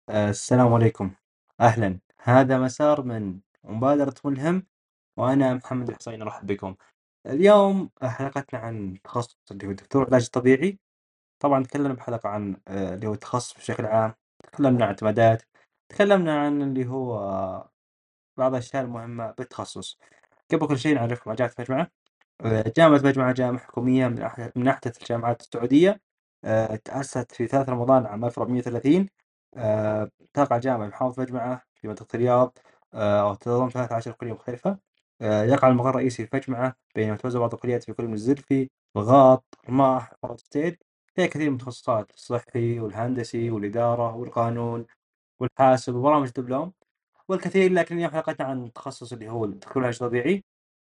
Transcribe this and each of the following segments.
السلام عليكم. أهلا، هذا مسار من مبادرة ملهم، وأنا محمد الحصين أرحب بكم. اليوم حلقتنا عن تخصص اللي هو دكتور علاج طبيعي. طبعا تكلمنا بحلقة عن اللي هو التخصص بشكل عام، تكلمنا عن اعتمادات، تكلمنا عن اللي هو بعض الأشياء المهمة بالتخصص. قبل كل شيء نعرفكم على جامعة مجمعة. جامعة مجمعة جامعة حكومية من أحدث الجامعات السعودية. تأسست في 3 رمضان عام 1430. تقع جامعة بمحافظة مجمعة في منطقة الرياض، وتضم 13 كلية مختلفة. يقع المقر الرئيسي في مجمعة، بينما توزع بعض الكليات في كل من الزلفي، الغاط، رماح، ستيل. فيها كثير من التخصصات: الصحي والهندسي والإدارة والقانون والحاسب وبرامج الدبلوم والكثير. لكن اليوم حلقتنا عن التخصص اللي هو الدكتور العلاج الطبيعي.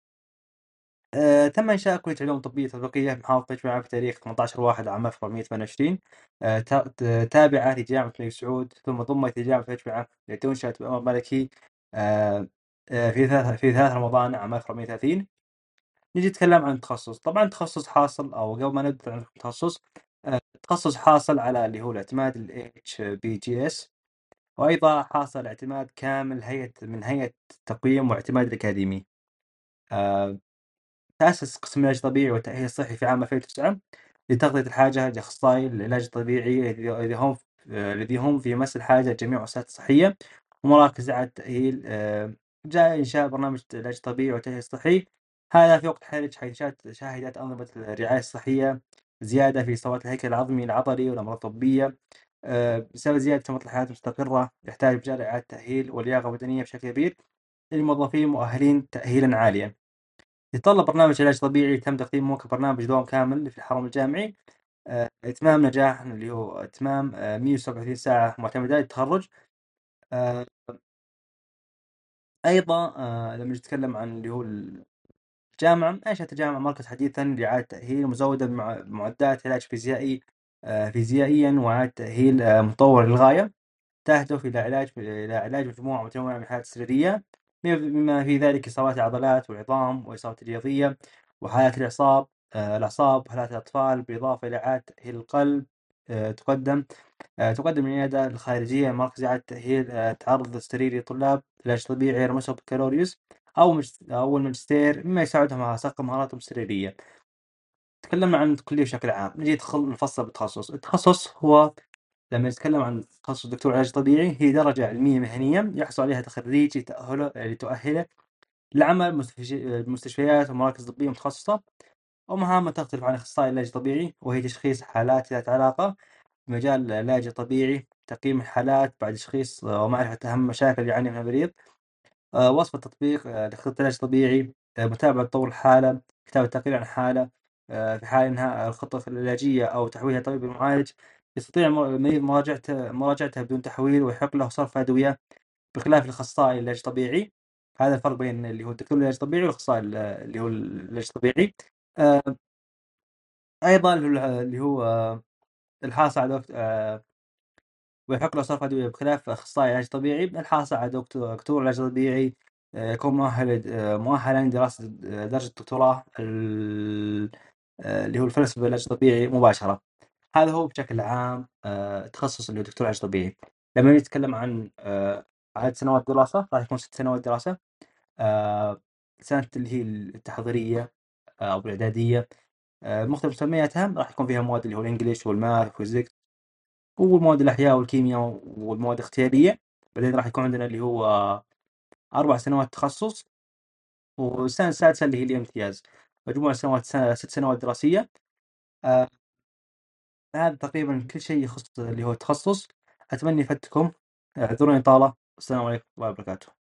تم إنشاء كلية علوم طبية تطبيقية بمحافظة مجمعة في تاريخ 18/1 عام 1428، تابعة لجامعة الملك سعود، ثم ضمت لجامعة مجمعة التي أنشأت بأمر ملكي آه، في 3 رمضان عام 1430. نجي نتكلم عن التخصص. طبعا تخصص حاصل، أو قبل ما نبدأ عن التخصص، تخصص حاصل على اللي هو الاعتماد ال HBGS، وأيضا حاصل اعتماد كامل من هيئة التقويم واعتماد الأكاديمي. آه، تأسس قسم العلاج الطبيعي والتأهيل الصحي في عام 2009 لتغطية الحاجة لأخصائي العلاج الطبيعي الذي هم في مس الحاجة لجميع المؤسسات الصحية ومراكز إعادة التأهيل. جاء إنشاء برنامج العلاج الطبيعي والتأهيل الصحي هذا في وقت حرج، حيث شهدت أنظمة الرعاية الصحية زيادة في إصابات الهيكل العظمي العضلي والأمراض الطبية. بسبب زيادة نمط الحياة المستقرة، يحتاج رجال إعادة تأهيل ولياقة بدنية بشكل كبير للموظفين مؤهلين تأهيلا عاليا. يتطلب برنامج علاج طبيعي يتم تقديمه كبرنامج دوام كامل في الحرم الجامعي. إتمام نجاح اللي هو إتمام 137 ساعة معتمدة للتخرج. آه، أيضا لما نتكلم عن اللي هو الجامعة، أنشأت الجامعة مركز حديثا لإعادة تأهيل مزودة بمعدات علاج فيزيائيا وإعادة تأهيل مطور للغاية، تهدف إلى علاج مجموعة متنوعة من الحالات السريرية، بما في ذلك إصابات العضلات والعظام وإصابات الرياضية وحالات الأعصاب وحالات الأطفال، بالإضافة إلى إعادة تأهيل القلب. تقدم العيادة الخارجية مركز إعادة تأهيل التعرض السريري للطلاب علاج طبيعي غير مسبق بكالوريوس أو الماجستير، مما يساعدهم على صقل مهاراتهم السريرية. تكلمنا عن الكلية بشكل عام، نجي نفصل بالتخصص. التخصص هو، لما نتكلم عن تخصص دكتور علاج طبيعي، هي درجة علمية مهنية يحصل عليها تخريج لتؤهله للعمل بمستشفيات ومراكز طبية متخصصة، ومهامة تختلف عن أخصائي العلاج الطبيعي، وهي تشخيص حالات ذات علاقة بمجال العلاج الطبيعي، تقييم الحالات بعد تشخيص ومعرفة أهم مشاكل يعاني منها المريض، وصف التطبيق لخطة علاج طبيعي، متابعة تطور الحالة، كتابة تقرير عن الحالة. في حال إنهاء الخطة العلاجية أو تحويلها لطبيب المعالج، يستطيع المريض مراجعتها بدون تحويل، ويحق له صرف أدوية، بخلاف الأخصائي العلاج الطبيعي. هذا الفرق بين اللي هو الدكتور العلاج الطبيعي والأخصائي اللي هو العلاج الطبيعي. آه، أيضا اللي هو الحاصل على ويحق له صرف أدوية، بخلاف أخصائي علاج طبيعي الحاصل على دكتور علاج طبيعي يكون مؤهلا لدراسة درجة الدكتوراه اللي هو الفلسفة بالعلاج الطبيعي مباشرة. هذا هو بشكل عام تخصص اللي هو دكتور علاج طبيعي. لما نتكلم عن عدد سنوات دراسة، راح يكون 6 سنوات دراسة. سنة اللي هي التحضيرية أو الإعدادية، مختلف مسمياتها، راح يكون فيها مواد اللي هو الإنجليش والماث والفيزيكس والمواد الأحياء والكيمياء والمواد الاختيارية. بعدين راح يكون عندنا اللي هو 4 سنوات تخصص، والسنة السادسة اللي هي الامتياز. مجموع سنوات 6 سنوات دراسية. آه، هذا تقريبا كل شيء يخص اللي هو التخصص. أتمنى يفدكم. اعذروني طالة. السلام عليكم ورحمة الله وبركاته.